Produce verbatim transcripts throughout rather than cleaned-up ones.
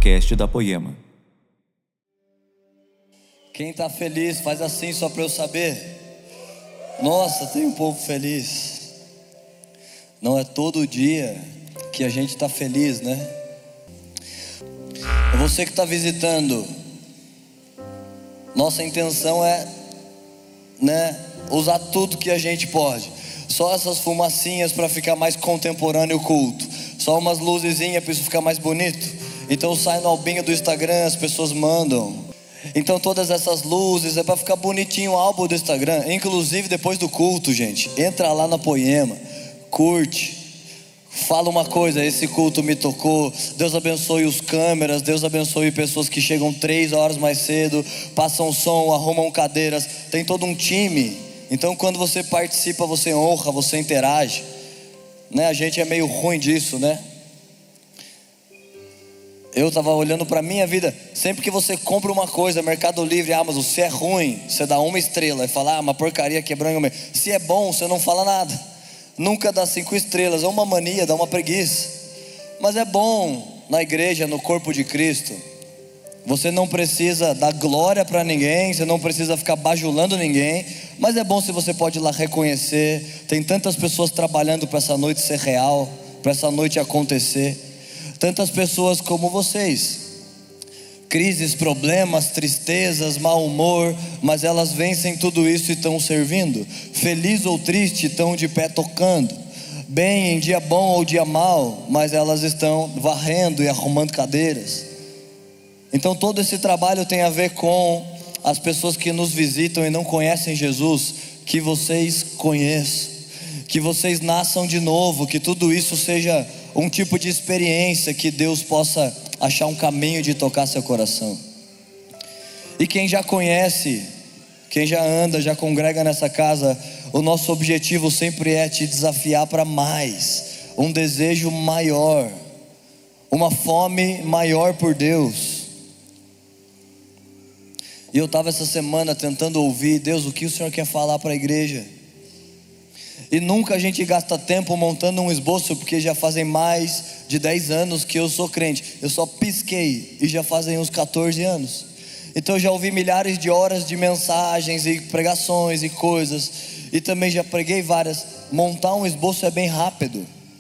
podcast da Poema. Quem está feliz faz assim só para eu saber. Nossa, tem um povo feliz. Não é todo dia que a gente está feliz, né? Você que está visitando, nossa intenção é, né, usar tudo que a gente pode. Só essas fumacinhas para ficar mais contemporâneo o culto. Só umas luzezinhas para isso ficar mais bonito. Então sai no albinho do Instagram, as pessoas mandam. Então todas essas luzes é para ficar bonitinho o álbum do Instagram. Inclusive depois do culto, gente, entra lá na Poema, curte, fala uma coisa: esse culto me tocou. Deus abençoe os câmeras, Deus abençoe pessoas que chegam três horas mais cedo, passam som, arrumam cadeiras. Tem todo um time. Então quando você participa, você honra, você interage, né? A gente é meio ruim disso, né? Eu estava olhando para a minha vida. Sempre que você compra uma coisa, Mercado Livre, Amazon, se é ruim, você dá uma estrela e fala: ah, uma porcaria, quebrando o meio. Se é bom, você não fala nada. Nunca dá cinco estrelas. É uma mania, dá uma preguiça. Mas é bom na igreja, no corpo de Cristo. Você não precisa dar glória para ninguém, você não precisa ficar bajulando ninguém. Mas é bom se você pode ir lá reconhecer. Tem tantas pessoas trabalhando para essa noite ser real, para essa noite acontecer. Tantas pessoas como vocês, crises, problemas, tristezas, mau humor, mas elas vencem tudo isso e estão servindo. Feliz ou triste, estão de pé tocando. Bem em dia bom ou dia mau, mas elas estão varrendo e arrumando cadeiras. Então todo esse trabalho tem a ver com as pessoas que nos visitam e não conhecem Jesus. Que vocês conheçam, que vocês nasçam de novo, que tudo isso seja um tipo de experiência, que Deus possa achar um caminho de tocar seu coração. E quem já conhece, quem já anda, já congrega nessa casa, o nosso objetivo sempre é te desafiar para mais, um desejo maior, uma fome maior por Deus. E eu estava essa semana tentando ouvir: Deus, o que o Senhor quer falar para a igreja? E nunca a gente gasta tempo montando um esboço, porque já fazem mais de dez anos que eu sou crente. Eu só pisquei e já fazem uns quatorze anos. Então eu já ouvi milhares de horas de mensagens e pregações e coisas. E também já preguei várias. Montar um esboço é bem rápido.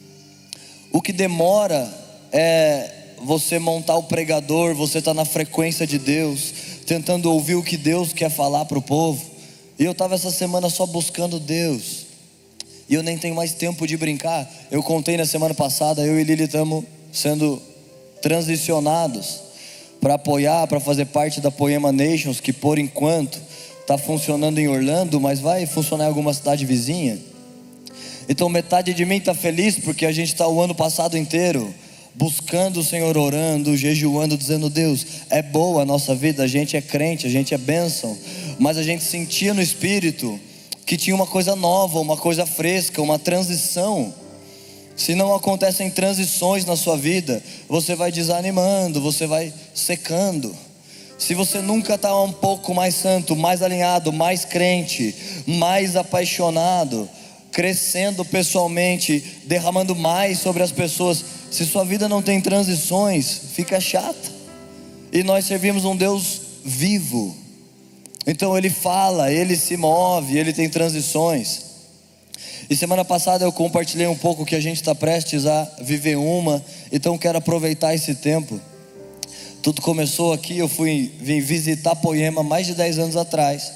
O que demora é você montar o pregador, você estar na frequência de Deus, tentando ouvir o que Deus quer falar para o povo. E eu estava essa semana só buscando Deus. E eu nem tenho mais tempo de brincar. Eu contei na semana passada, eu e Lili estamos sendo transicionados para apoiar, para fazer parte da Poema Nations, que por enquanto está funcionando em Orlando, mas vai funcionar em alguma cidade vizinha. Então metade de mim está feliz, porque a gente está o ano passado inteiro buscando o Senhor, orando, jejuando, dizendo: Deus, é boa a nossa vida, a gente é crente, a gente é bênção. Mas a gente sentia no Espírito que tinha uma coisa nova, uma coisa fresca, uma transição. Se não acontecem transições na sua vida, você vai desanimando, você vai secando. Se você nunca está um pouco mais santo, mais alinhado, mais crente, mais apaixonado, crescendo pessoalmente, derramando mais sobre as pessoas, se sua vida não tem transições, fica chata. E nós servimos um Deus vivo. Então Ele fala, Ele se move, Ele tem transições. E semana passada eu compartilhei um pouco que a gente está prestes a viver uma. Então quero aproveitar esse tempo. Tudo começou aqui, eu fui vim visitar Poema mais de dez anos atrás.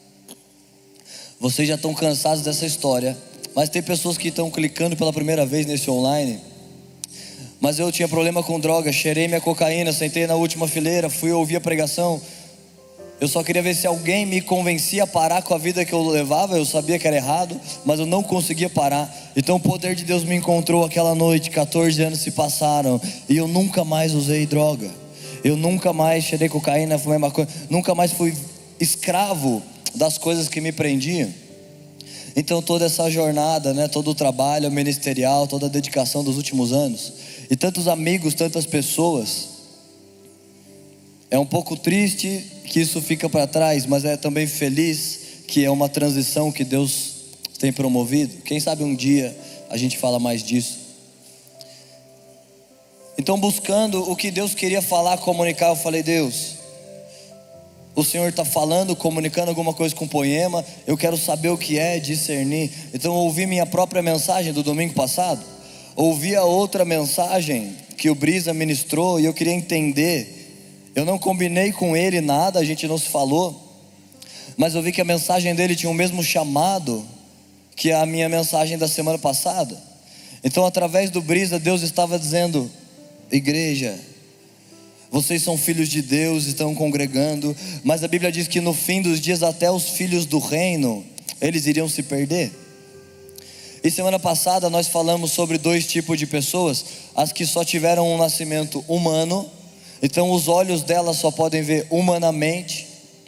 Vocês já estão cansados dessa história, mas tem pessoas que estão clicando pela primeira vez nesse online. Mas eu tinha problema com droga, cheirei minha cocaína, sentei na última fileira, fui ouvir a pregação. Eu só queria ver se alguém me convencia a parar com a vida que eu levava. Eu sabia que era errado, mas eu não conseguia parar. Então o poder de Deus me encontrou aquela noite. quatorze anos se passaram e eu nunca mais usei droga. Eu nunca mais cheirei cocaína, fumei maconha. Nunca mais fui escravo das coisas que me prendiam. Então toda essa jornada, né, todo o trabalho ministerial, toda a dedicação dos últimos anos, e tantos amigos, tantas pessoas, é um pouco triste que isso fica para trás, mas é também feliz que é uma transição que Deus tem promovido. Quem sabe um dia a gente fala mais disso. Então, buscando o que Deus queria falar, comunicar, eu falei: Deus, o Senhor está falando, comunicando alguma coisa com poema, eu quero saber o que é, discernir. Então eu ouvi minha própria mensagem do domingo passado, ouvi a outra mensagem que o Brisa ministrou e eu queria entender. Eu não combinei com ele nada, a gente não se falou, mas eu vi que a mensagem dele tinha o mesmo chamado que a minha mensagem da semana passada. Então, através do Brisa, Deus estava dizendo: igreja, vocês são filhos de Deus, estão congregando, mas a Bíblia diz que no fim dos dias até os filhos do reino, eles iriam se perder. E semana passada nós falamos sobre dois tipos de pessoas: as que só tiveram um nascimento humano, então os olhos delas só podem ver humanamente,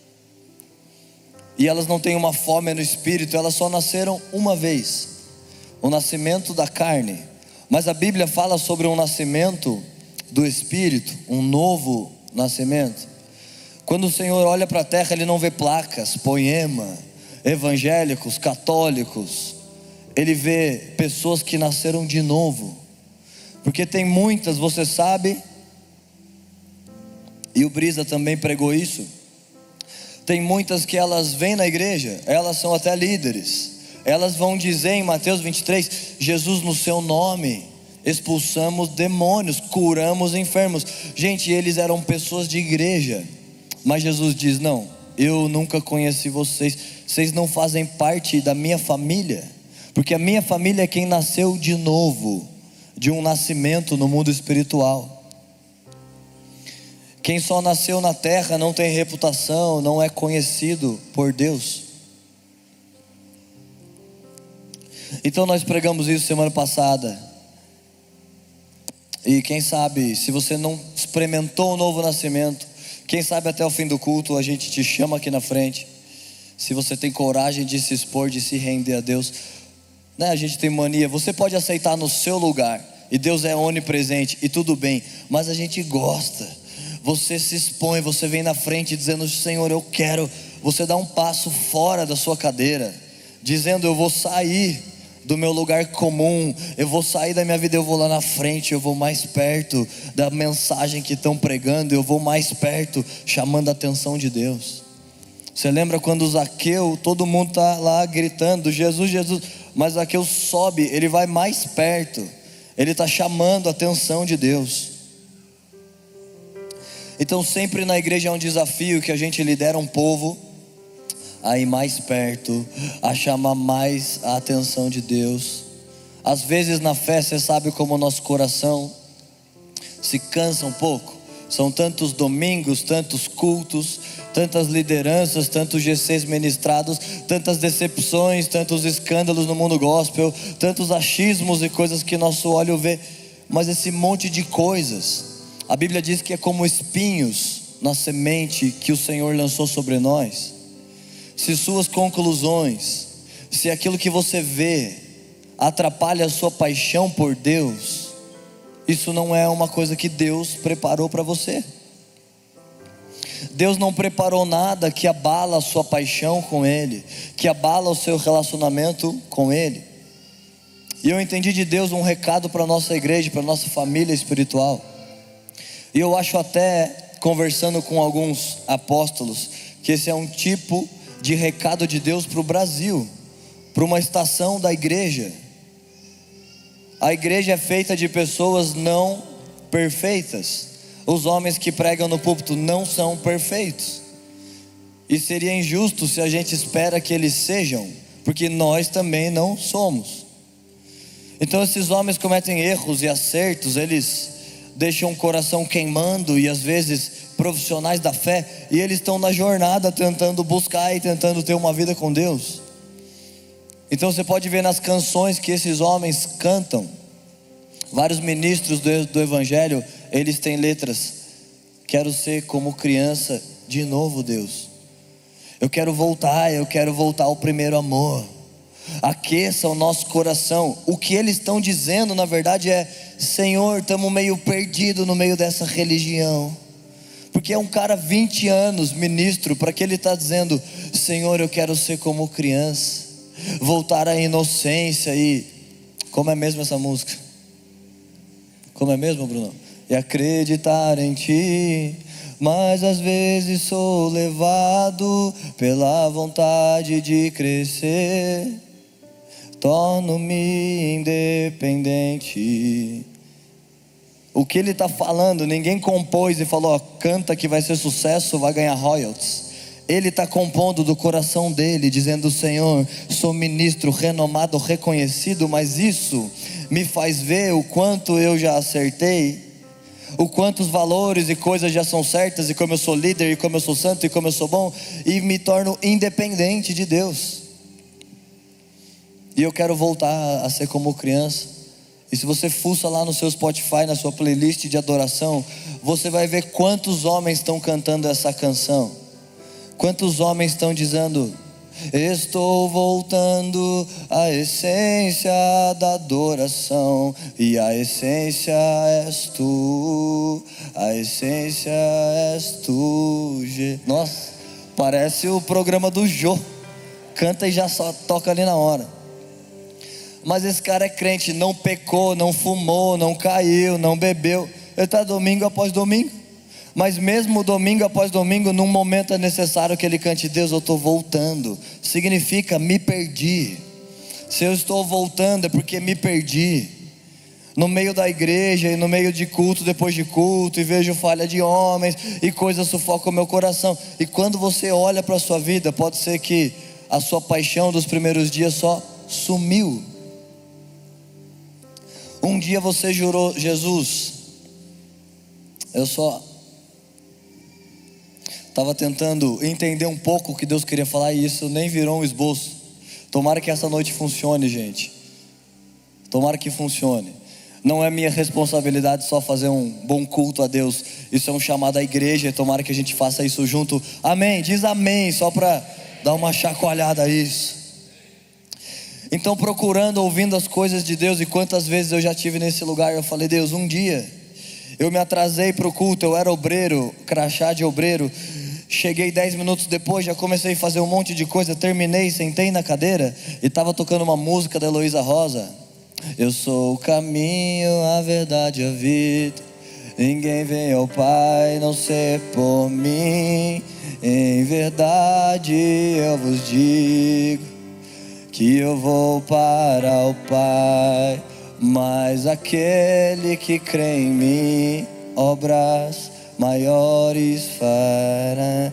e elas não têm uma fome no espírito, elas só nasceram uma vez, o nascimento da carne. Mas a Bíblia fala sobre um nascimento do Espírito, um novo nascimento. Quando o Senhor olha para a terra, Ele não vê placas, poema, evangélicos, católicos. Ele vê pessoas que nasceram de novo. Porque tem muitas, você sabe, e o Brisa também pregou isso, tem muitas que elas vêm na igreja, elas são até líderes, elas vão dizer em Mateus vinte e três: Jesus, no seu nome expulsamos demônios, curamos enfermos. Gente, eles eram pessoas de igreja, mas Jesus diz: não, eu nunca conheci vocês, vocês não fazem parte da minha família, porque a minha família é quem nasceu de novo, de um nascimento no mundo espiritual. Quem só nasceu na terra não tem reputação, não é conhecido por Deus. Então nós pregamos isso semana passada. E quem sabe, se você não experimentou o novo nascimento, quem sabe até o fim do culto a gente te chama aqui na frente. Se você tem coragem de se expor, de se render a Deus, né? A gente tem mania, você pode aceitar no seu lugar, e Deus é onipresente, e tudo bem, mas a gente gosta. Você se expõe, você vem na frente dizendo: Senhor, eu quero. Você dá um passo fora da sua cadeira, dizendo: eu vou sair do meu lugar comum, eu vou sair da minha vida, eu vou lá na frente, eu vou mais perto da mensagem que estão pregando, eu vou mais perto, chamando a atenção de Deus. Você lembra quando o Zaqueu, todo mundo está lá gritando: Jesus, Jesus, mas Zaqueu sobe, ele vai mais perto, ele está chamando a atenção de Deus. Então sempre na igreja é um desafio que a gente lidera um povo a ir mais perto, a chamar mais a atenção de Deus. Às vezes na fé, você sabe como o nosso coração se cansa um pouco. São tantos domingos, tantos cultos, tantas lideranças, tantos G Cs ministrados, tantas decepções, tantos escândalos no mundo gospel, tantos achismos e coisas que nosso olho vê. Mas esse monte de coisas, a Bíblia diz que é como espinhos na semente que o Senhor lançou sobre nós. Se suas conclusões, se aquilo que você vê atrapalha a sua paixão por Deus, isso não é uma coisa que Deus preparou para você. Deus não preparou nada que abala a sua paixão com Ele, que abala o seu relacionamento com Ele. E eu entendi de Deus um recado para a nossa igreja, para a nossa família espiritual. E eu acho até, conversando com alguns apóstolos, que esse é um tipo de recado de Deus para o Brasil, para uma estação da igreja. A igreja é feita de pessoas não perfeitas. Os homens que pregam no púlpito não são perfeitos, e seria injusto se a gente espera que eles sejam, porque nós também não somos. Então esses homens cometem erros e acertos, eles deixam o coração queimando, e às vezes profissionais da fé, e eles estão na jornada tentando buscar e tentando ter uma vida com Deus. Então você pode ver nas canções que esses homens cantam, vários ministros do, do Evangelho, eles têm letras: quero ser como criança de novo, Deus, eu quero voltar, eu quero voltar ao primeiro amor, aqueça o nosso coração. O que eles estão dizendo na verdade é: Senhor, estamos meio perdidos no meio dessa religião. Porque é um cara vinte anos ministro, para que ele está dizendo: Senhor, eu quero ser como criança, voltar à inocência. E como é mesmo essa música? Como é mesmo, Bruno? e acreditar em ti. Mas às vezes sou levado pela vontade de crescer, torno-me independente. O que ele está falando, ninguém compôs e falou, ó, canta que vai ser sucesso, vai ganhar royalties. Ele está compondo do coração dele, dizendo, Senhor, sou ministro renomado, reconhecido, mas isso me faz ver o quanto eu já acertei, o quanto os valores e coisas já são certas, e como eu sou líder, e como eu sou santo, e como eu sou bom, e me torno independente de Deus. E eu quero voltar a ser como criança. E se você fuça lá no seu Spotify, na sua playlist de adoração, você vai ver quantos homens estão cantando essa canção. Quantos homens estão dizendo, estou voltando à essência da adoração, e a essência és tu, a essência és tu. Nossa, parece o programa do Jô, canta e já só toca ali na hora. Mas esse cara é crente, não pecou, não fumou, não caiu, não bebeu. Ele está domingo após domingo. Mas mesmo domingo após domingo, num momento é necessário que ele cante, Deus, eu estou voltando. Significa, me perdi. Se eu estou voltando é porque me perdi. No meio da igreja e no meio de culto, depois de culto, e vejo falha de homens, e coisas sufocam o meu coração. E quando você olha para a sua vida, pode ser que a sua paixão dos primeiros dias só sumiu. Um dia você jurou, Jesus, eu só estava tentando entender um pouco o que Deus queria falar, e isso nem virou um esboço. Tomara que essa noite funcione, gente. Tomara que funcione. Não é minha responsabilidade só fazer um bom culto a Deus. Isso é um chamado à igreja, e tomara que a gente faça isso junto. Amém, diz amém, só para dar uma chacoalhada a isso. Então, procurando, ouvindo as coisas de Deus, e quantas vezes eu já estive nesse lugar, eu falei, Deus, um dia eu me atrasei para o culto, eu era obreiro, crachá de obreiro, cheguei dez minutos depois, já comecei a fazer um monte de coisa, terminei, sentei na cadeira e estava tocando uma música da Heloísa Rosa. Eu sou o caminho, a verdade e a vida, ninguém vem ao Pai, não ser por mim. Em verdade eu vos digo que eu vou para o Pai, mas aquele que crê em mim, obras maiores fará.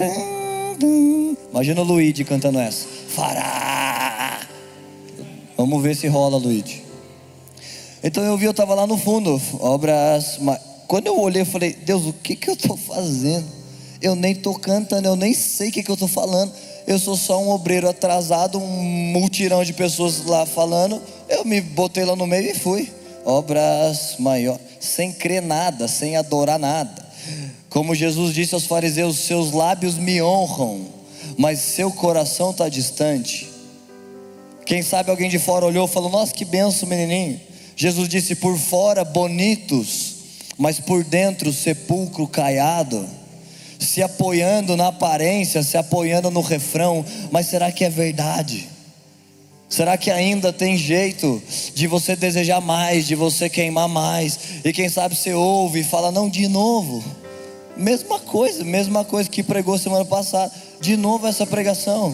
Imagina o Luigi cantando essa, fará. Vamos ver se rola, Luigi. Então eu vi, eu estava lá no fundo, obras. Quando eu olhei, eu falei, Deus, o que que eu estou fazendo? Eu nem estou cantando, eu nem sei o que que eu estou falando. Eu sou só um obreiro atrasado, um multirão de pessoas lá falando. Eu me botei lá no meio e fui. Obras maiores, sem crer nada, sem adorar nada. Como Jesus disse aos fariseus, seus lábios me honram, mas seu coração está distante. Quem sabe alguém de fora olhou e falou, nossa, que benção, menininho. Jesus disse, por fora bonitos, mas por dentro sepulcro caiado. Se apoiando na aparência, se apoiando no refrão, mas será que é verdade? Será que ainda tem jeito de você desejar mais, de você queimar mais? E quem sabe você ouve e fala, não, de novo, mesma coisa, mesma coisa que pregou semana passada, de novo essa pregação.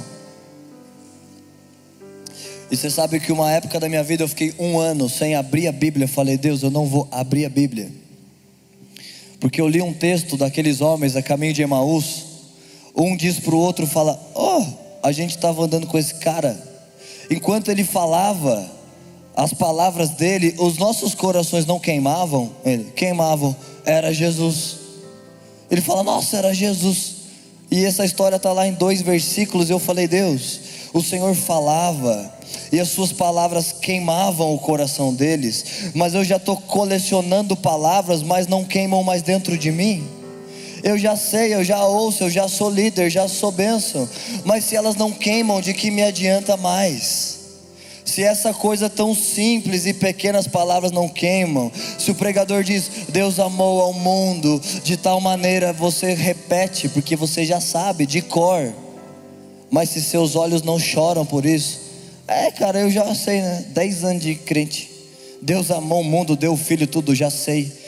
E você sabe que uma época da minha vida eu fiquei um ano sem abrir a Bíblia. Eu falei, Deus, eu não vou abrir a Bíblia, porque eu li um texto daqueles homens a caminho de Emaús. Um diz para o outro, fala, oh, a gente estava andando com esse cara, enquanto ele falava as palavras dele, os nossos corações não queimavam. Ele, queimavam, era Jesus. Ele fala, nossa, era Jesus. E essa história está lá em dois versículos. Eu falei, Deus, o Senhor falava e as suas palavras queimavam o coração deles, mas eu já estou colecionando palavras, mas não queimam mais dentro de mim. Eu já sei, eu já ouço, eu já sou líder, já sou bênção, mas se elas não queimam, de que me adianta mais? Se essa coisa tão simples e pequenas palavras não queimam, se o pregador diz, Deus amou ao mundo de tal maneira, você repete, porque você já sabe de cor, mas se seus olhos não choram por isso, é cara, eu já sei, né? dez anos de crente, Deus amou o mundo, deu o filho, tudo, já sei.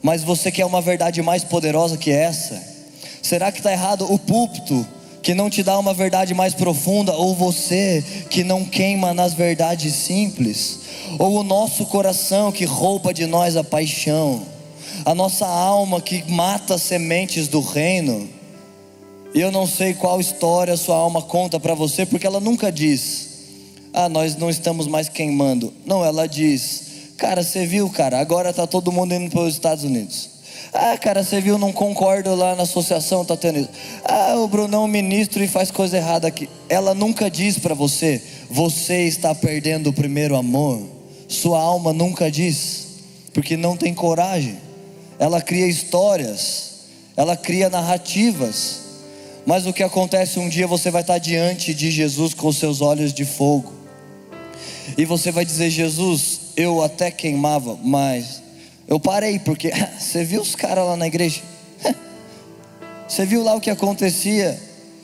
Mas você quer uma verdade mais poderosa que essa? Será que está errado o púlpito que não te dá uma verdade mais profunda, ou você que não queima nas verdades simples, ou o nosso coração que rouba de nós a paixão, a nossa alma que mata as sementes do reino? E eu não sei qual história a sua alma conta para você, porque ela nunca diz: ah, nós não estamos mais queimando. Não, ela diz: cara, você viu, cara, agora está todo mundo indo para os Estados Unidos. Ah, cara, você viu, não concordo lá na associação, tá tendo isso. Ah, o Brunão é um ministro e faz coisa errada aqui. Ela nunca diz para você: você está perdendo o primeiro amor. Sua alma nunca diz, porque não tem coragem. Ela cria histórias, ela cria narrativas. Mas o que acontece, um dia você vai estar diante de Jesus com os seus olhos de fogo, e você vai dizer: Jesus, eu até queimava, mas eu parei, porque você viu os caras lá na igreja? Você viu lá o que acontecia?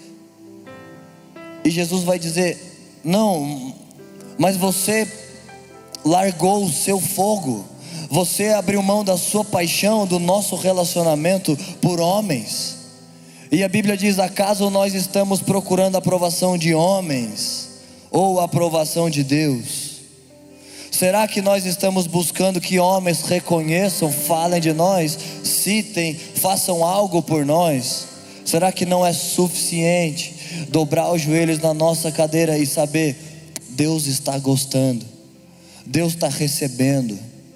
E Jesus vai dizer: não, mas você largou o seu fogo, você abriu mão da sua paixão, do nosso relacionamento por homens. E a Bíblia diz: acaso nós estamos procurando a aprovação de homens ou a aprovação de Deus? Será que nós estamos buscando que homens reconheçam, falem de nós, citem, façam algo por nós? Será que não é suficiente dobrar os joelhos na nossa cadeira e saber: Deus está gostando, Deus está recebendo?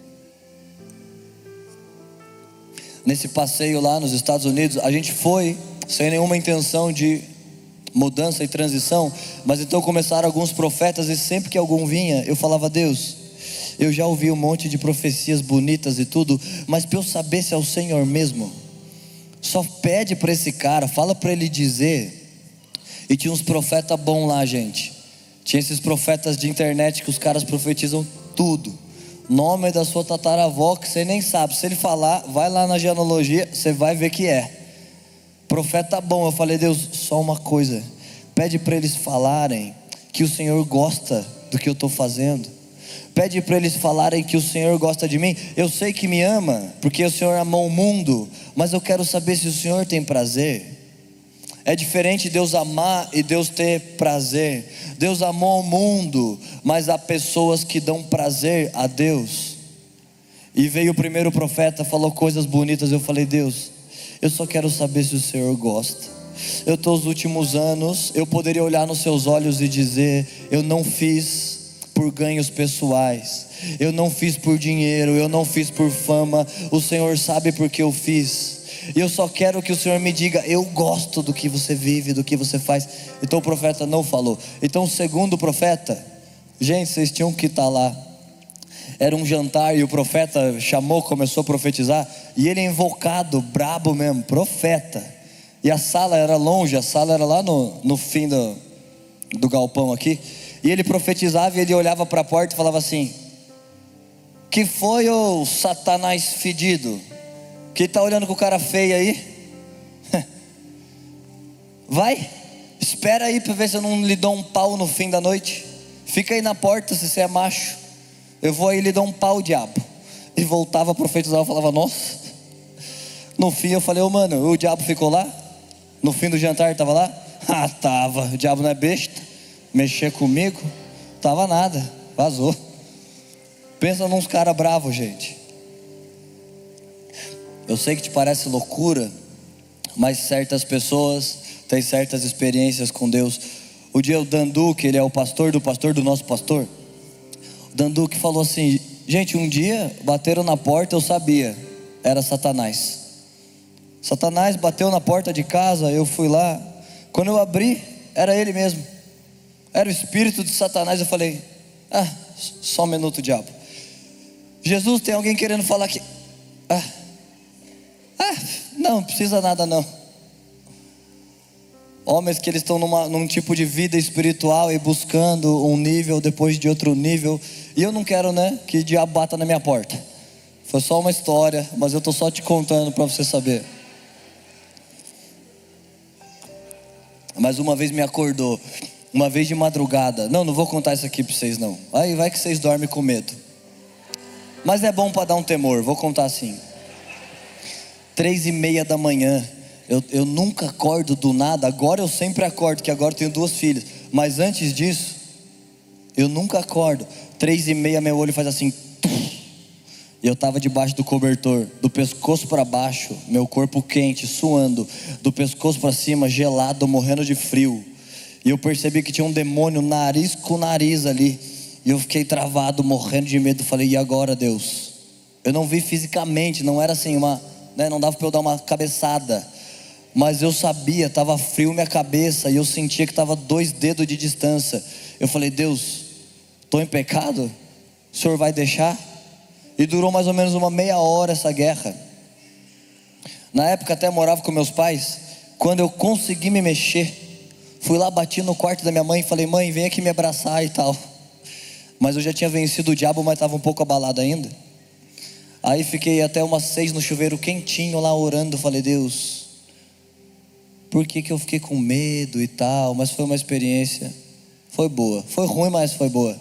Nesse passeio lá nos Estados Unidos, a gente foi sem nenhuma intenção de mudança e transição, mas então começaram alguns profetas, e sempre que algum vinha, eu falava: Deus, eu já ouvi um monte de profecias bonitas e tudo, mas para eu saber se é o Senhor mesmo, só pede para esse cara, fala para ele dizer. E tinha uns profetas bons lá, gente. Tinha esses profetas de internet que os caras profetizam tudo, nome da sua tataravó que você nem sabe. Se ele falar, vai lá na genealogia, você vai ver que é profeta bom. Eu falei: Deus, só uma coisa, pede para eles falarem que o Senhor gosta do que eu estou fazendo. Pede para eles falarem que o Senhor gosta de mim. Eu sei que me ama, porque o Senhor amou o mundo, mas eu quero saber se o Senhor tem prazer. É diferente Deus amar e Deus ter prazer. Deus amou o mundo, mas há pessoas que dão prazer a Deus. E veio o primeiro profeta, falou coisas bonitas. Eu falei: Deus, eu só quero saber se o Senhor gosta. Eu estou os últimos anos, eu poderia olhar nos seus olhos e dizer: eu não fiz por ganhos pessoais, eu não fiz por dinheiro, eu não fiz por fama. O Senhor sabe porque eu fiz. E eu só quero que o Senhor me diga: eu gosto do que você vive, do que você faz. Então o profeta não falou. Então o segundo profeta, gente, vocês tinham que estar lá. Era um jantar e o profeta chamou, começou a profetizar. E ele é invocado, brabo mesmo, profeta. E a sala era longe, a sala era lá no, no fim do, do galpão aqui. E ele profetizava e ele olhava para a porta e falava assim: que foi, ô Satanás fedido, que está olhando com o cara feio aí? Vai, espera aí para ver se eu não lhe dou um pau no fim da noite. Fica aí na porta se você é macho. Eu vou aí lhe dar um pau, diabo. E voltava a profetizar, eu falava: nossa. No fim eu falei: ô mano, o diabo ficou lá? No fim do jantar estava lá? Ah, tava, o diabo não é besta, mexer comigo, tava nada, vazou. Pensa nos caras bravos, gente. Eu sei que te parece loucura, mas certas pessoas têm certas experiências com Deus. O dia o Dandu, que ele é o pastor do pastor do nosso pastor, o Dandu que falou assim: gente, um dia bateram na porta, eu sabia, era Satanás. Satanás bateu na porta de casa, eu fui lá, quando eu abri, era ele mesmo, era o espírito de Satanás. Eu falei: ah, só um minuto, diabo. Jesus, tem alguém querendo falar aqui. Ah, ah não, não precisa nada não. Homens que eles estão numa, num tipo de vida espiritual e buscando um nível depois de outro nível. E eu não quero, né, que o diabo bata na minha porta. Foi só uma história, mas eu estou só te contando para você saber. Mas uma vez me acordou, uma vez de madrugada. Não, não vou contar isso aqui para vocês não. Aí vai que vocês dormem com medo. Mas é bom para dar um temor, vou contar assim. três e meia da manhã. Eu, eu nunca acordo do nada. Agora eu sempre acordo, que agora eu tenho duas filhas. Mas antes disso, eu nunca acordo. Três e meia meu olho faz assim. E eu estava debaixo do cobertor, do pescoço para baixo, meu corpo quente, suando, do pescoço para cima, gelado, morrendo de frio. E eu percebi que tinha um demônio nariz com nariz ali. E eu fiquei travado, morrendo de medo. Falei, e agora, Deus? Eu não vi fisicamente, não era assim uma, né, não dava para eu dar uma cabeçada. Mas eu sabia, estava frio minha cabeça. E eu sentia que estava dois dedos de distância. Eu falei, Deus, estou em pecado? O Senhor vai deixar? E durou mais ou menos uma meia hora essa guerra. Na época até morava com meus pais. Quando eu consegui me mexer, fui lá, bati no quarto da minha mãe e falei, mãe, vem aqui me abraçar e tal. Mas eu já tinha vencido o diabo, mas estava um pouco abalado ainda. Aí fiquei até umas seis no chuveiro quentinho lá orando. Falei, Deus, por que que eu fiquei com medo e tal? Mas foi uma experiência, foi boa. Foi ruim, mas foi boa.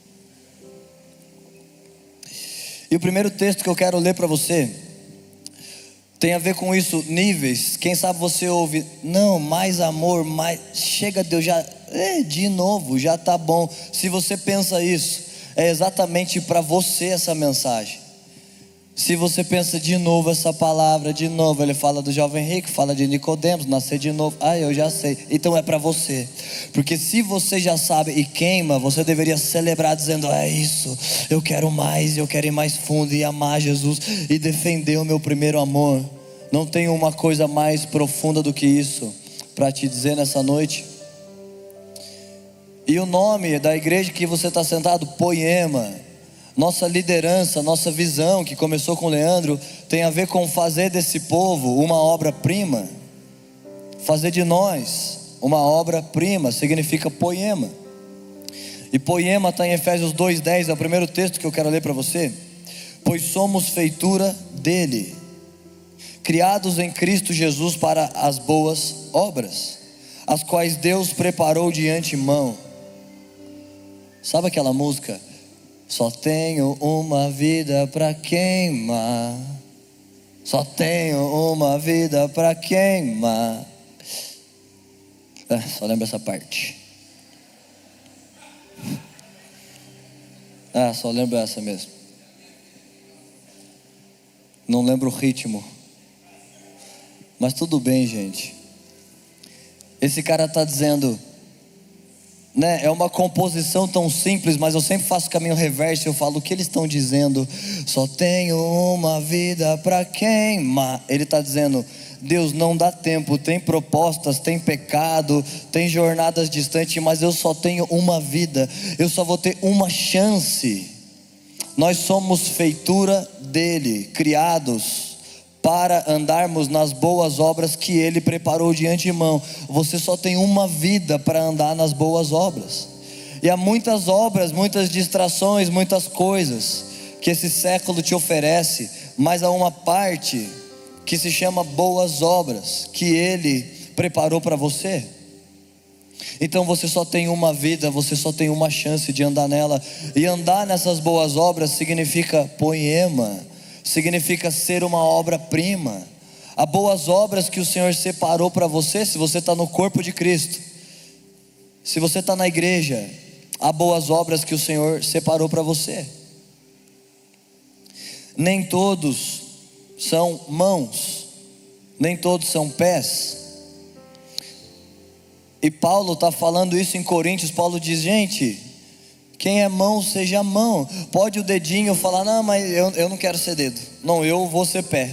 E o primeiro texto que eu quero ler para você tem a ver com isso, níveis. Quem sabe você ouve, não, mais amor, mais, chega Deus, já, é, de novo, já tá bom. Se você pensa isso, é exatamente para você essa mensagem. Se você pensa de novo essa palavra, de novo, ele fala do jovem rico, fala de Nicodemos, nascer de novo, ah, eu já sei, então é para você. Porque se você já sabe e queima, você deveria celebrar dizendo, é isso, eu quero mais, eu quero ir mais fundo e amar Jesus e defender o meu primeiro amor. Não tem uma coisa mais profunda do que isso para te dizer nessa noite. E o nome da igreja que você está sentado, Poema. Nossa liderança, nossa visão, que começou com o Leandro, tem a ver com fazer desse povo uma obra-prima. Fazer de nós uma obra-prima, significa poema. E poema está em Efésios dois, dez, é o primeiro texto que eu quero ler para você. Pois somos feitura dele, criados em Cristo Jesus para as boas obras, as quais Deus preparou de antemão. Sabe aquela música? Só tenho uma vida para queimar, só tenho uma vida para queimar. É, só lembro essa parte. Ah, só lembro essa mesmo. Não lembro o ritmo. Mas tudo bem, gente. Esse cara está dizendo, né, é uma composição tão simples, mas eu sempre faço o caminho reverso. Eu falo o que eles estão dizendo. Só tenho uma vida para queimar. Ele está dizendo, Deus, não dá tempo, tem propostas, tem pecado, tem jornadas distantes, mas eu só tenho uma vida, eu só vou ter uma chance. Nós somos feitura dele, criados para andarmos nas boas obras que ele preparou de antemão. Você só tem uma vida para andar nas boas obras. E há muitas obras, muitas distrações, muitas coisas que esse século te oferece, mas há uma parte que se chama boas obras, que ele preparou para você. Então você só tem uma vida, você só tem uma chance de andar nela. E andar nessas boas obras significa poema, significa ser uma obra-prima. Há boas obras que o Senhor separou para você. Se você está no corpo de Cristo, se você está na igreja, há boas obras que o Senhor separou para você. Nem todos são mãos, nem todos são pés. E Paulo está falando isso em Coríntios. Paulo diz, gente, quem é mão, seja mão. Pode o dedinho falar, não, mas eu, eu não quero ser dedo. Não, eu vou ser pé.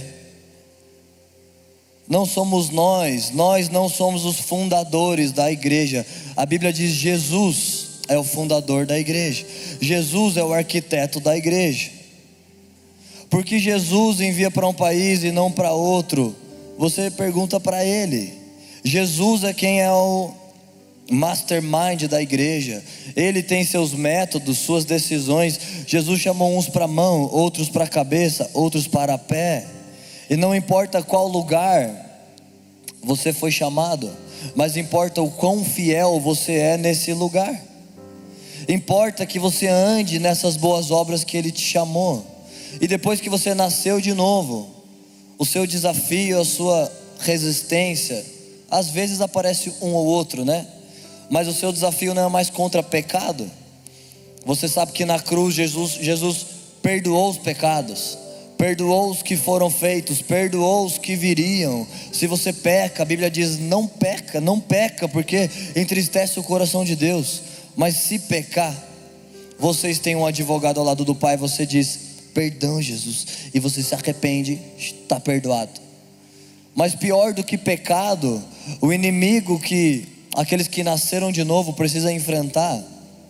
Não somos nós, nós não somos os fundadores da igreja. A Bíblia diz, Jesus é o fundador da igreja. Jesus é o arquiteto da igreja. Porque Jesus envia para um país e não para outro? Você pergunta para ele. Jesus é quem é o mastermind da igreja. Ele tem seus métodos, suas decisões. Jesus chamou uns para mão, outros para cabeça, outros para pé. E não importa qual lugar você foi chamado, mas importa o quão fiel você é nesse lugar. Importa que você ande nessas boas obras que ele te chamou. E depois que você nasceu de novo, o seu desafio, a sua resistência, às vezes aparece um ou outro, né? Mas o seu desafio não é mais contra pecado. Você sabe que na cruz Jesus, Jesus perdoou os pecados, perdoou os que foram feitos, perdoou os que viriam. Se você peca, a Bíblia diz: não peca, não peca, porque entristece o coração de Deus. Mas se pecar, vocês têm um advogado ao lado do Pai. Você diz: perdão, Jesus, e você se arrepende, está perdoado. Mas pior do que pecado, o inimigo que aqueles que nasceram de novo precisam enfrentar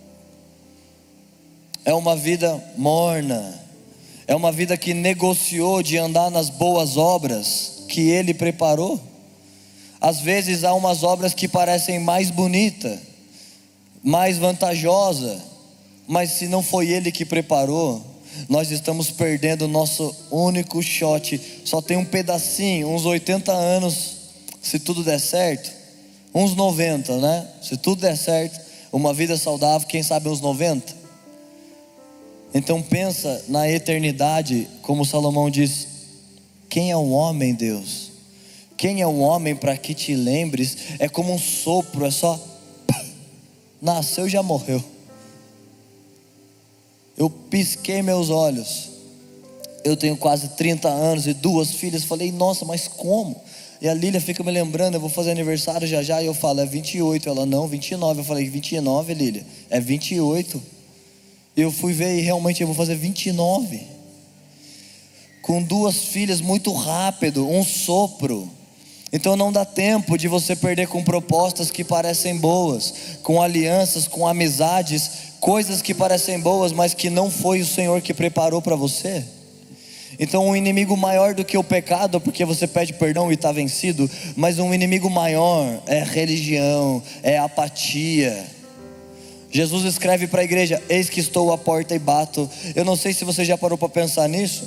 é uma vida morna, é uma vida que negociou de andar nas boas obras que Ele preparou. Às vezes há umas obras que parecem mais bonita, mais vantajosa, mas se não foi Ele que preparou, nós estamos perdendo o nosso único shot. Só tem um pedacinho, uns oitenta anos, se tudo der certo, uns noventa, né? Se tudo der certo, uma vida saudável, quem sabe uns noventa. Então pensa na eternidade, como Salomão diz: quem é o homem, Deus? Quem é o homem para que te lembres? É como um sopro, é só nasceu e já morreu. Eu pisquei meus olhos, eu tenho quase trinta anos e duas filhas. Falei: nossa, mas como? E a Lília fica me lembrando: eu vou fazer aniversário já já. E eu falo: é vinte e oito. Ela: não, vinte e nove. Eu falei: vinte e nove, Lília? É vinte e oito. Eu fui ver e realmente eu vou fazer vinte e nove. Com duas filhas, muito rápido, um sopro. Então não dá tempo de você perder com propostas que parecem boas, com alianças, com amizades, coisas que parecem boas, mas que não foi o Senhor que preparou para você. Então um inimigo maior do que o pecado, porque você pede perdão e está vencido, mas um inimigo maior é religião, é apatia. Jesus escreve para a igreja: eis que estou à porta e bato. Eu não sei se você já parou para pensar nisso,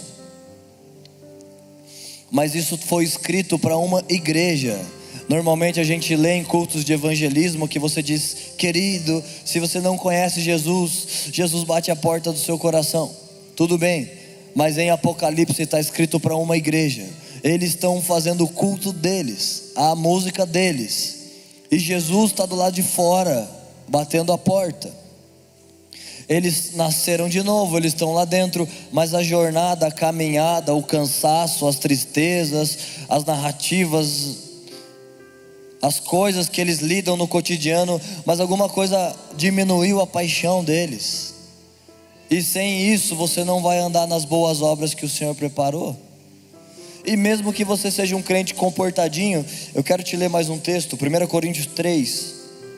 mas isso foi escrito para uma igreja. Normalmente a gente lê em cultos de evangelismo que você diz: querido, se você não conhece Jesus, Jesus bate a porta do seu coração. Tudo bem, mas em Apocalipse está escrito para uma igreja. Eles estão fazendo o culto deles, a música deles, e Jesus está do lado de fora, batendo a porta. Eles nasceram de novo, eles estão lá dentro, mas a jornada, a caminhada, o cansaço, as tristezas, as narrativas, as coisas que eles lidam no cotidiano, mas alguma coisa diminuiu a paixão deles. E sem isso você não vai andar nas boas obras que o Senhor preparou. E mesmo que você seja um crente comportadinho, eu quero te ler mais um texto, primeira Coríntios três,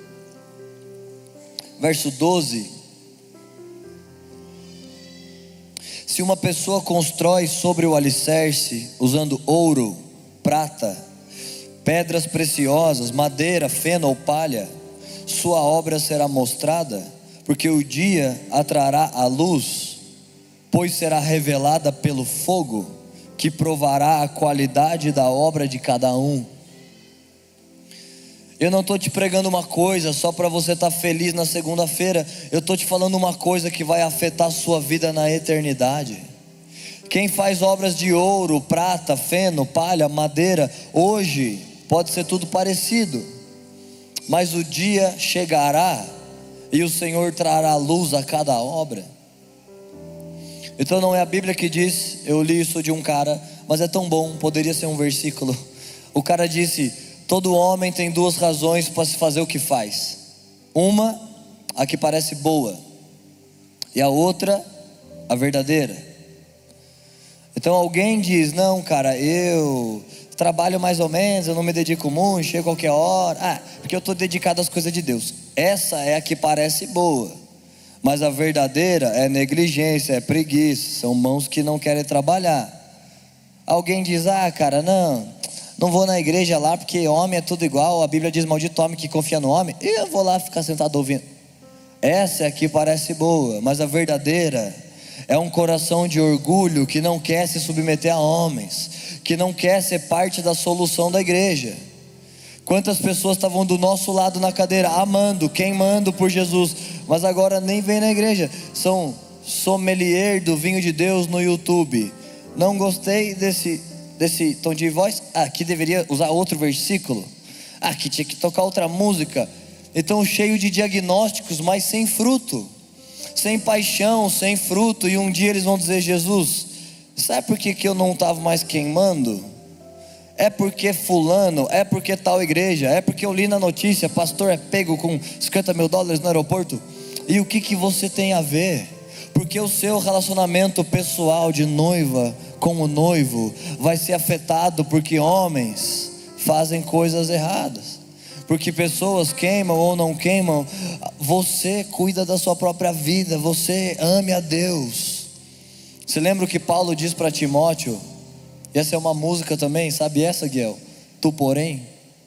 verso doze. Se uma pessoa constrói sobre o alicerce, usando ouro, prata, pedras preciosas, madeira, feno ou palha, sua obra será mostrada, porque o dia a trará a luz, pois será revelada pelo fogo, que provará a qualidade da obra de cada um. Eu não estou te pregando uma coisa só para você estar feliz na segunda-feira. Eu estou te falando uma coisa que vai afetar a sua vida na eternidade. Quem faz obras de ouro, prata, feno, palha, madeira, hoje pode ser tudo parecido, mas o dia chegará e o Senhor trará luz a cada obra. Então não é a Bíblia que diz, eu li isso de um cara, mas é tão bom, poderia ser um versículo. O cara disse: todo homem tem duas razões para se fazer o que faz. Uma, a que parece boa, e a outra, a verdadeira. Então alguém diz: não, cara, eu trabalho mais ou menos, eu não me dedico muito, chego a qualquer hora, ah, porque eu estou dedicado às coisas de Deus. Essa é a que parece boa, mas a verdadeira é negligência, é preguiça, são mãos que não querem trabalhar. Alguém diz: ah, cara, não, não vou na igreja lá porque homem é tudo igual, a Bíblia diz: maldito homem que confia no homem, e eu vou lá ficar sentado ouvindo. Essa é a que parece boa, mas a verdadeira é um coração de orgulho que não quer se submeter a homens, que não quer ser parte da solução da igreja. Quantas pessoas estavam do nosso lado na cadeira, amando, queimando por Jesus, mas agora nem vem na igreja, são sommelier do vinho de Deus no YouTube. Não gostei desse, desse tom de voz, aqui deveria usar outro versículo, aqui tinha que tocar outra música. Então cheio de diagnósticos, mas sem fruto, sem paixão, sem fruto. E um dia eles vão dizer: Jesus, sabe por que, que eu não estava mais queimando? É porque fulano, é porque tal igreja, é porque eu li na notícia, pastor é pego com cinquenta mil dólares no aeroporto. E o que, que você tem a ver? Porque o seu relacionamento pessoal de noiva com o noivo vai ser afetado porque homens fazem coisas erradas, porque pessoas queimam ou não queimam. Você cuida da sua própria vida, você ame a Deus. Você lembra o que Paulo diz para Timóteo? E essa é uma música também, sabe essa, Guel? Tu porém.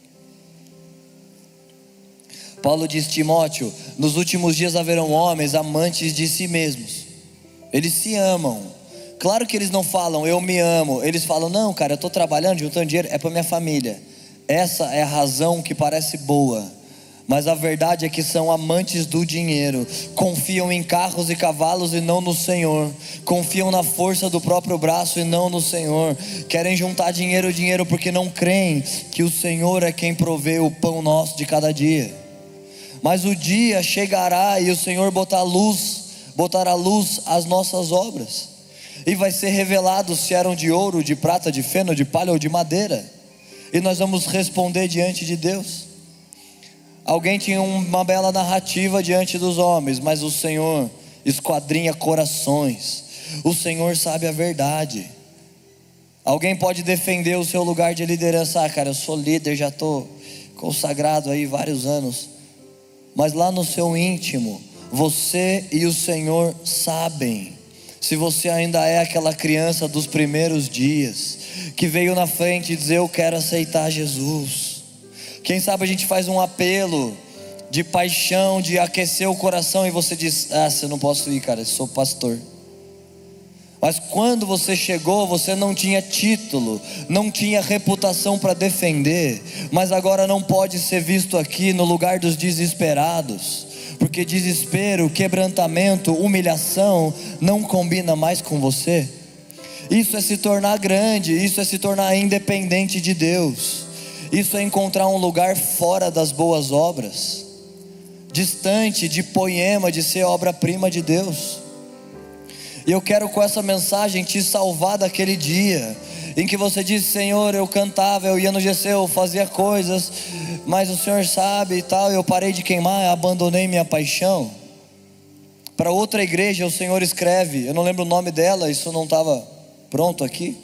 Paulo diz: Timóteo, nos últimos dias haverão homens amantes de si mesmos. Eles se amam. Claro que eles não falam eu me amo. Eles falam: não, cara, eu estou trabalhando, juntando dinheiro, é para minha família. Essa é a razão que parece boa, mas a verdade é que são amantes do dinheiro. Confiam em carros e cavalos e não no Senhor. Confiam na força do próprio braço e não no Senhor. Querem juntar dinheiro, dinheiro porque não creem que o Senhor é quem provê o pão nosso de cada dia. Mas o dia chegará e o Senhor botar luz, botar à luz as nossas obras, e vai ser revelado se eram de ouro, de prata, de feno, de palha ou de madeira. E nós vamos responder diante de Deus. Alguém tinha uma bela narrativa diante dos homens, mas o Senhor esquadrinha corações. O Senhor sabe a verdade. Alguém pode defender o seu lugar de liderança: ah, cara, eu sou líder, já estou consagrado aí vários anos. Mas lá no seu íntimo, você e o Senhor sabem se você ainda é aquela criança dos primeiros dias, que veio na frente dizer: eu quero aceitar Jesus. Quem sabe a gente faz um apelo de paixão, de aquecer o coração, e você diz: ah, eu não posso ir, cara, eu sou pastor. Mas quando você chegou, você não tinha título, não tinha reputação para defender, mas agora não pode ser visto aqui no lugar dos desesperados, porque desespero, quebrantamento, humilhação não combina mais com você. Isso é se tornar grande, isso é se tornar independente de Deus. Isso é encontrar um lugar fora das boas obras, distante de poema, de ser obra-prima de Deus. E eu quero com essa mensagem te salvar daquele dia em que você disse: Senhor, eu cantava, eu ia no G C, eu fazia coisas, mas o Senhor sabe e tal, eu parei de queimar, abandonei minha paixão. Para outra igreja o Senhor escreve, eu não lembro o nome dela, isso não estava pronto aqui,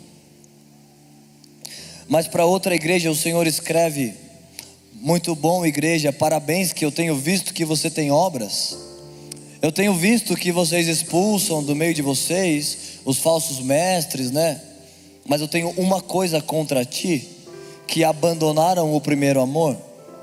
mas para outra igreja o Senhor escreve: muito bom, igreja, parabéns, que eu tenho visto que você tem obras. Eu tenho visto que vocês expulsam do meio de vocês os falsos mestres, né? Mas eu tenho uma coisa contra ti: que abandonaram o primeiro amor.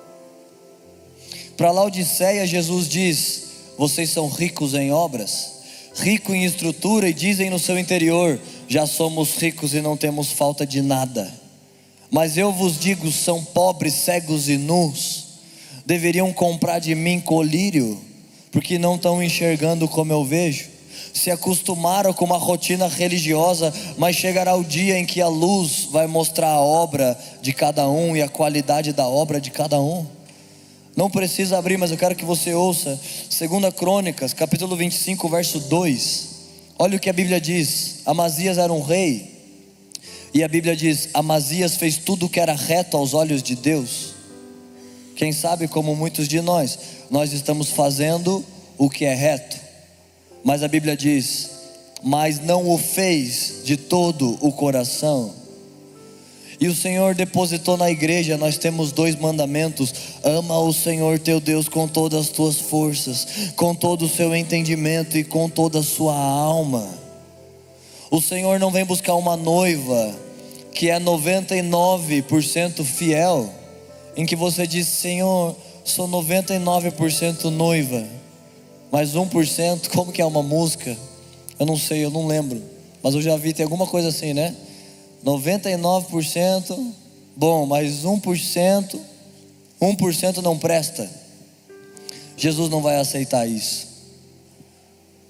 Para Laodiceia Jesus diz: vocês são ricos em obras, ricos em estrutura, e dizem no seu interior: já somos ricos e não temos falta de nada. Mas eu vos digo, são pobres, cegos e nus. Deveriam comprar de mim colírio, porque não estão enxergando como eu vejo. Se acostumaram com uma rotina religiosa, mas chegará o dia em que a luz vai mostrar a obra de cada um e a qualidade da obra de cada um. Não precisa abrir, mas eu quero que você ouça Segunda Crônicas, capítulo vinte e cinco, verso dois. Olha o que a Bíblia diz. Amazias era um rei, e a Bíblia diz: Amazias fez tudo o que era reto aos olhos de Deus. Quem sabe, como muitos de nós, nós estamos fazendo o que é reto, mas a Bíblia diz: mas não o fez de todo o coração. E o Senhor depositou na igreja, nós temos dois mandamentos: ama o Senhor teu Deus com todas as tuas forças, com todo o seu entendimento e com toda a sua alma. O Senhor não vem buscar uma noiva que é noventa e nove por cento fiel, em que você diz: Senhor, sou noventa e nove por cento noiva, mas um por cento, como que é uma música? Eu não sei, eu não lembro, mas eu já vi, tem alguma coisa assim, né? noventa e nove por cento bom, mas um por cento, um por cento não presta. Jesus não vai aceitar isso.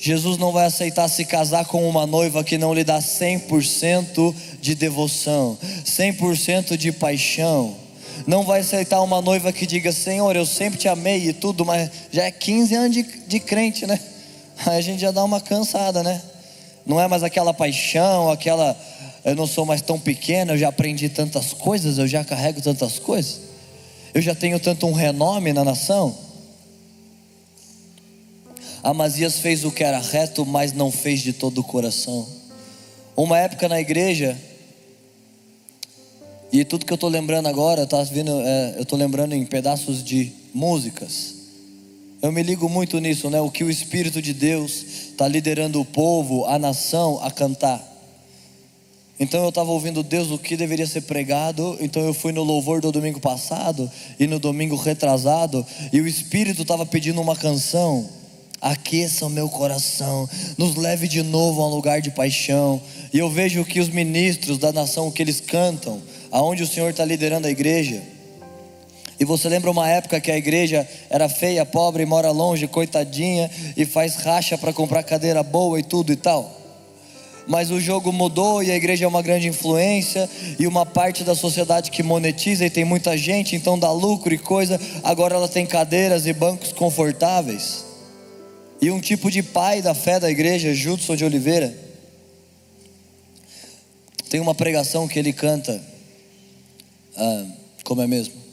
Jesus não vai aceitar se casar com uma noiva que não lhe dá cem por cento de devoção, cem por cento de paixão. Não vai aceitar uma noiva que diga: Senhor, eu sempre te amei e tudo, mas já é quinze anos de, de crente, né? Aí a gente já dá uma cansada, né? Não é mais aquela paixão, aquela, eu não sou mais tão pequeno, eu já aprendi tantas coisas, eu já carrego tantas coisas, eu já tenho tanto um renome na nação. Amazias fez o que era reto, mas não fez de todo o coração. Uma época na igreja, e tudo que eu estou lembrando agora, tá vendo, é, eu estou lembrando em pedaços de músicas. Eu me ligo muito nisso, né? O que o Espírito de Deus está liderando o povo, a nação a cantar. Então eu estava ouvindo Deus, o que deveria ser pregado. Então eu fui no louvor do domingo passado e no domingo retrasado, e o Espírito estava pedindo uma canção: aqueça o meu coração, nos leve de novo a um lugar de paixão. E eu vejo que os ministros da nação, o que eles cantam, aonde o Senhor está liderando a igreja. E você lembra uma época que a igreja era feia, pobre, mora longe, coitadinha, e faz racha para comprar cadeira boa e tudo e tal. Mas o jogo mudou e a igreja é uma grande influência, e uma parte da sociedade que monetiza e tem muita gente, então dá lucro e coisa. Agora ela tem cadeiras e bancos confortáveis. E um tipo de pai da fé da igreja, Judson de Oliveira, tem uma pregação que ele canta, ah, como é mesmo?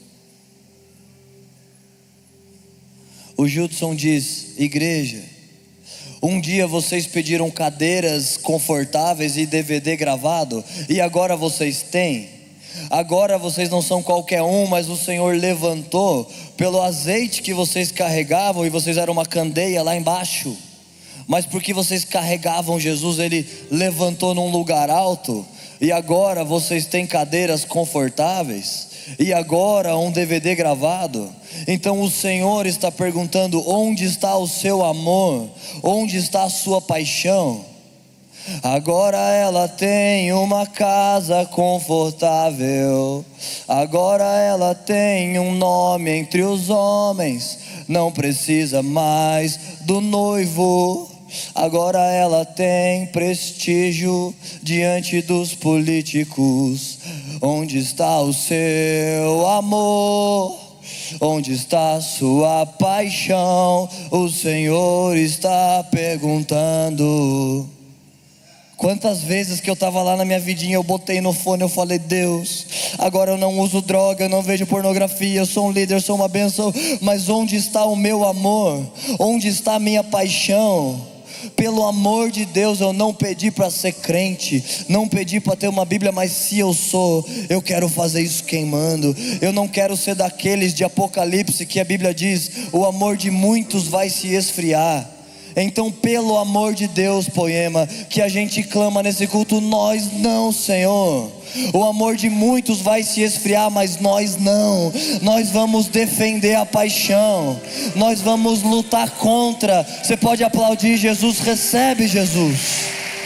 O Judson diz: igreja, um dia vocês pediram cadeiras confortáveis e D V D gravado, e agora vocês têm. Agora vocês não são qualquer um, mas o Senhor levantou pelo azeite que vocês carregavam, e vocês eram uma candeia lá embaixo, mas porque vocês carregavam Jesus, Ele levantou num lugar alto, e agora vocês têm cadeiras confortáveis, e agora um D V D gravado. Então o Senhor está perguntando: onde está o seu amor? Onde está a sua paixão? Agora ela tem uma casa confortável, agora ela tem um nome entre os homens, não precisa mais do noivo. Agora ela tem prestígio diante dos políticos. Onde está o seu amor? Onde está a sua paixão? O Senhor está perguntando. Quantas vezes que eu estava lá na minha vidinha, eu botei no fone, eu falei: Deus, agora eu não uso droga, eu não vejo pornografia, eu sou um líder, eu sou uma bênção, mas onde está o meu amor? Onde está a minha paixão? Pelo amor de Deus, eu não pedi para ser crente, não pedi para ter uma Bíblia, mas se eu sou, eu quero fazer isso queimando. Eu não quero ser daqueles de Apocalipse que a Bíblia diz: o amor de muitos vai se esfriar. Então, pelo amor de Deus, Poema, que a gente clama nesse culto: nós não, Senhor. O amor de muitos vai se esfriar, mas nós não. Nós vamos defender a paixão, nós vamos lutar contra. Você pode aplaudir Jesus, recebe Jesus.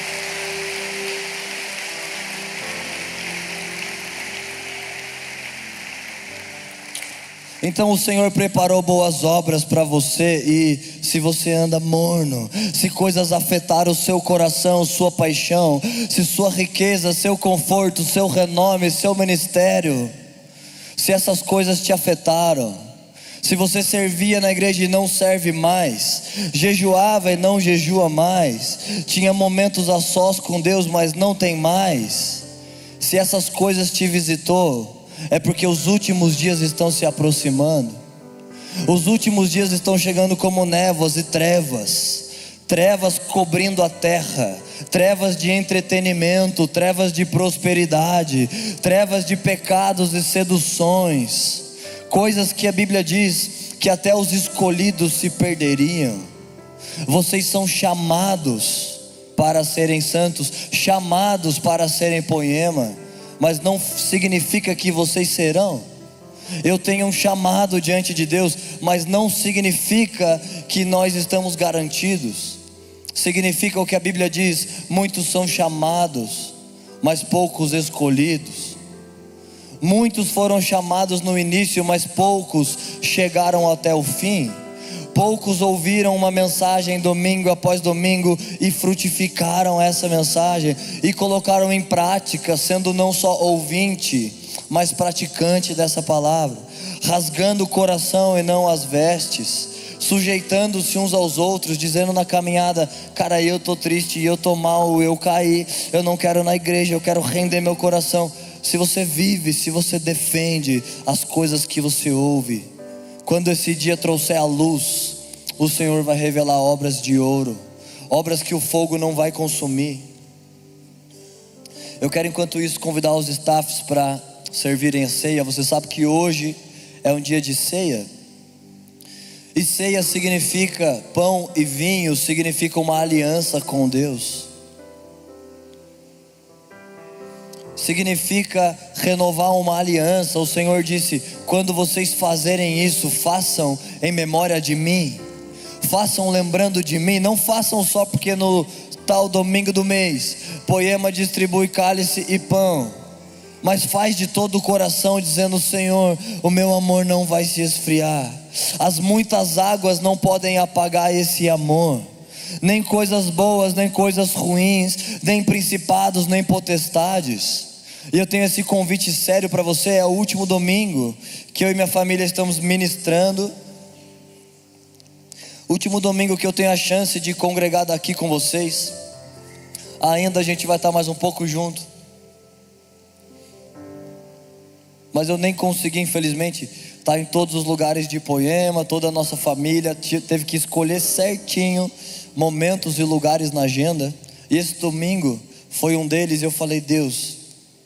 Então o Senhor preparou boas obras para você, e se você anda morno, se coisas afetaram o seu coração, sua paixão, se sua riqueza, seu conforto, seu renome, seu ministério, se essas coisas te afetaram, se você servia na igreja e não serve mais, jejuava e não jejua mais, tinha momentos a sós com Deus, mas não tem mais, se essas coisas te visitou, é porque os últimos dias estão se aproximando. Os últimos dias estão chegando como névoas e trevas, trevas cobrindo a terra, trevas de entretenimento, trevas de prosperidade, trevas de pecados e seduções, coisas que a Bíblia diz que até os escolhidos se perderiam. Vocês são chamados para serem santos, chamados para serem Poema, mas não significa que vocês serão. Eu tenho um chamado diante de Deus, mas não significa que nós estamos garantidos. Significa o que a Bíblia diz: muitos são chamados, mas poucos escolhidos. Muitos foram chamados no início, mas poucos chegaram até o fim. Poucos ouviram uma mensagem domingo após domingo e frutificaram essa mensagem e colocaram em prática, sendo não só ouvinte, mas praticante dessa palavra, rasgando o coração e não as vestes, sujeitando-se uns aos outros, dizendo na caminhada: cara, eu tô triste, eu tô mal, eu caí, eu não quero ir na igreja, eu quero render meu coração. Se você vive, se você defende as coisas que você ouve, quando esse dia trouxer a luz, o Senhor vai revelar obras de ouro, obras que o fogo não vai consumir. Eu quero, enquanto isso, convidar os staffs para servirem a ceia. Você sabe que hoje é um dia de ceia, e ceia significa pão e vinho, significa uma aliança com Deus, significa renovar uma aliança. O Senhor disse: quando vocês fazerem isso, façam em memória de mim, façam lembrando de mim. Não façam só porque no tal domingo do mês Poema distribui cálice e pão, mas faz de todo o coração, dizendo: Senhor, o meu amor não vai se esfriar, as muitas águas não podem apagar esse amor, nem coisas boas, nem coisas ruins, nem principados, nem potestades. E eu tenho esse convite sério para você. É o último domingo que eu e minha família estamos ministrando, último domingo que eu tenho a chance de congregar daqui com vocês. Ainda a gente vai estar mais um pouco junto, mas eu nem consegui, infelizmente, estar em todos os lugares de Poema. Toda a nossa família teve que escolher certinho momentos e lugares na agenda, e esse domingo foi um deles. Eu falei: Deus,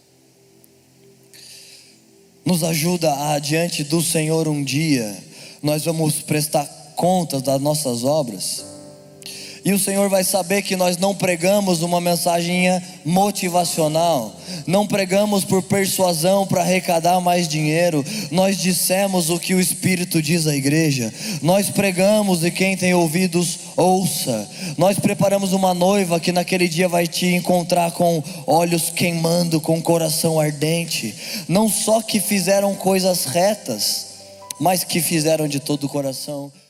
nos ajuda a, diante do Senhor, um dia nós vamos prestar contas das nossas obras, e o Senhor vai saber que nós não pregamos uma mensagem motivacional, não pregamos por persuasão para arrecadar mais dinheiro. Nós dissemos o que o Espírito diz à igreja, nós pregamos e quem tem ouvidos ouça. Nós preparamos uma noiva que naquele dia vai te encontrar com olhos queimando, com coração ardente, não só que fizeram coisas retas, mas que fizeram de todo o coração.